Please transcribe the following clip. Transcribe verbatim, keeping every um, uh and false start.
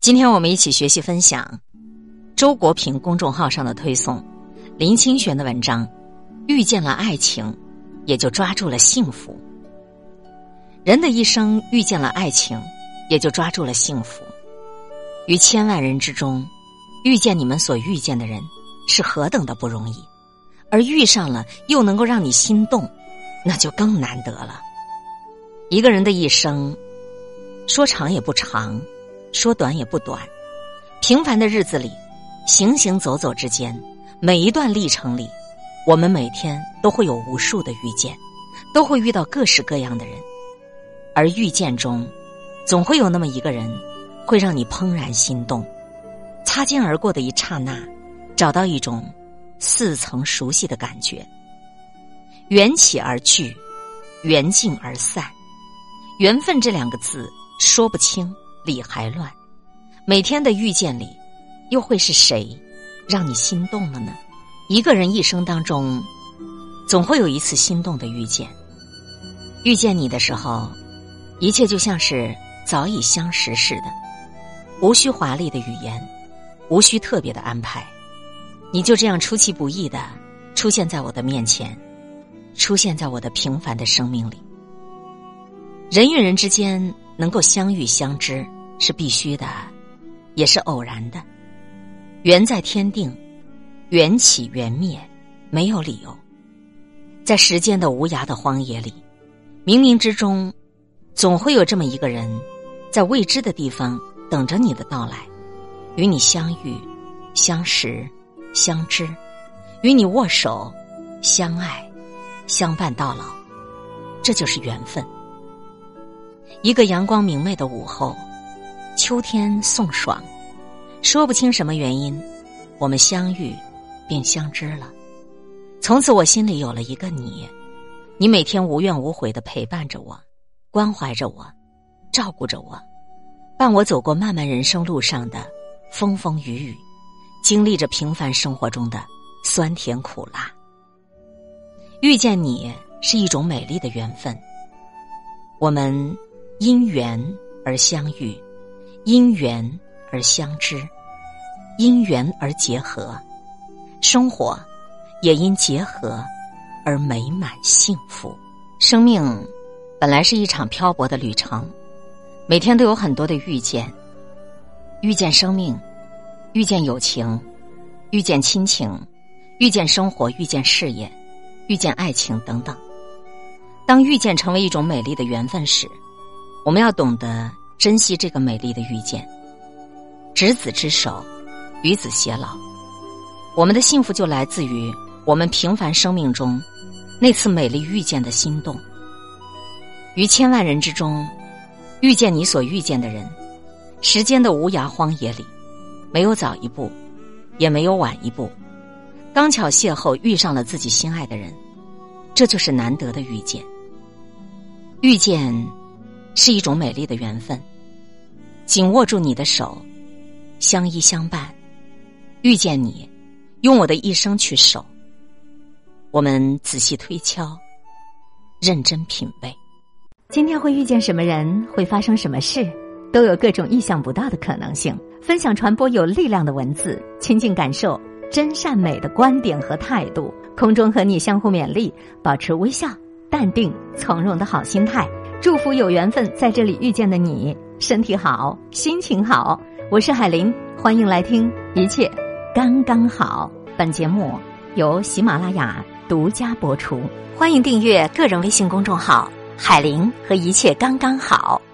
今天我们一起学习分享周国平公众号上的推送林清玄的文章，遇见了爱情，也就抓住了幸福。人的一生遇见了爱情，也就抓住了幸福。于千万人之中，遇见你们所遇见的人是何等的不容易，而遇上了又能够让你心动，那就更难得了。一个人的一生，说长也不长，说短也不短，平凡的日子里，行行走走之间，每一段历程里，我们每天都会有无数的遇见，都会遇到各式各样的人。而遇见中，总会有那么一个人会让你怦然心动，擦肩而过的一刹那，找到一种似曾熟悉的感觉。缘起而聚，缘尽而散，缘分这两个字说不清理还乱。每天的遇见里，又会是谁让你心动了呢？一个人一生当中，总会有一次心动的遇见。遇见你的时候，一切就像是早已相识似的，无需华丽的语言，无需特别的安排，你就这样出其不意地出现在我的面前，出现在我的平凡的生命里。人与人之间能够相遇相知是必须的，也是偶然的。缘在天定，缘起缘灭，没有理由。在时间的无涯的荒野里，冥冥之中总会有这么一个人，在未知的地方等着你的到来，与你相遇相识相知，与你握手相爱相伴到老，这就是缘分。一个阳光明媚的午后，秋天送爽，说不清什么原因，我们相遇并相知了。从此我心里有了一个你，你每天无怨无悔地陪伴着我，关怀着我，照顾着我，伴我走过漫漫人生路上的风风雨雨，经历着平凡生活中的酸甜苦辣。遇见你是一种美丽的缘分，我们因缘而相遇，因缘而相知，因缘而结合，生活也因结合而美满幸福。生命本来是一场漂泊的旅程，每天都有很多的遇见，遇见生命，遇见友情，遇见亲情，遇见生活，遇见事业，遇见爱情等等。当遇见成为一种美丽的缘分时，我们要懂得珍惜这个美丽的遇见。执子之手，与子偕老。我们的幸福就来自于我们平凡生命中那次美丽遇见的心动。于千万人之中，遇见你所遇见的人，时间的无涯荒野里，没有早一步，也没有晚一步，刚巧邂逅遇上了自己心爱的人，这就是难得的遇见。遇见是一种美丽的缘分，紧握住你的手，相依相伴。遇见你，用我的一生去守。我们仔细推敲，认真品味。 今天会遇见什么人，会发生什么事，都有各种意想不到的可能性。分享传播有力量的文字，亲近感受真善美的观点和态度。空中和你相互勉励，保持微笑、淡定、从容的好心态。祝福有缘分在这里遇见的你，身体好，心情好。我是海林，欢迎来听一切刚刚好。本节目由喜马拉雅独家播出，欢迎订阅个人微信公众号海林和一切刚刚好。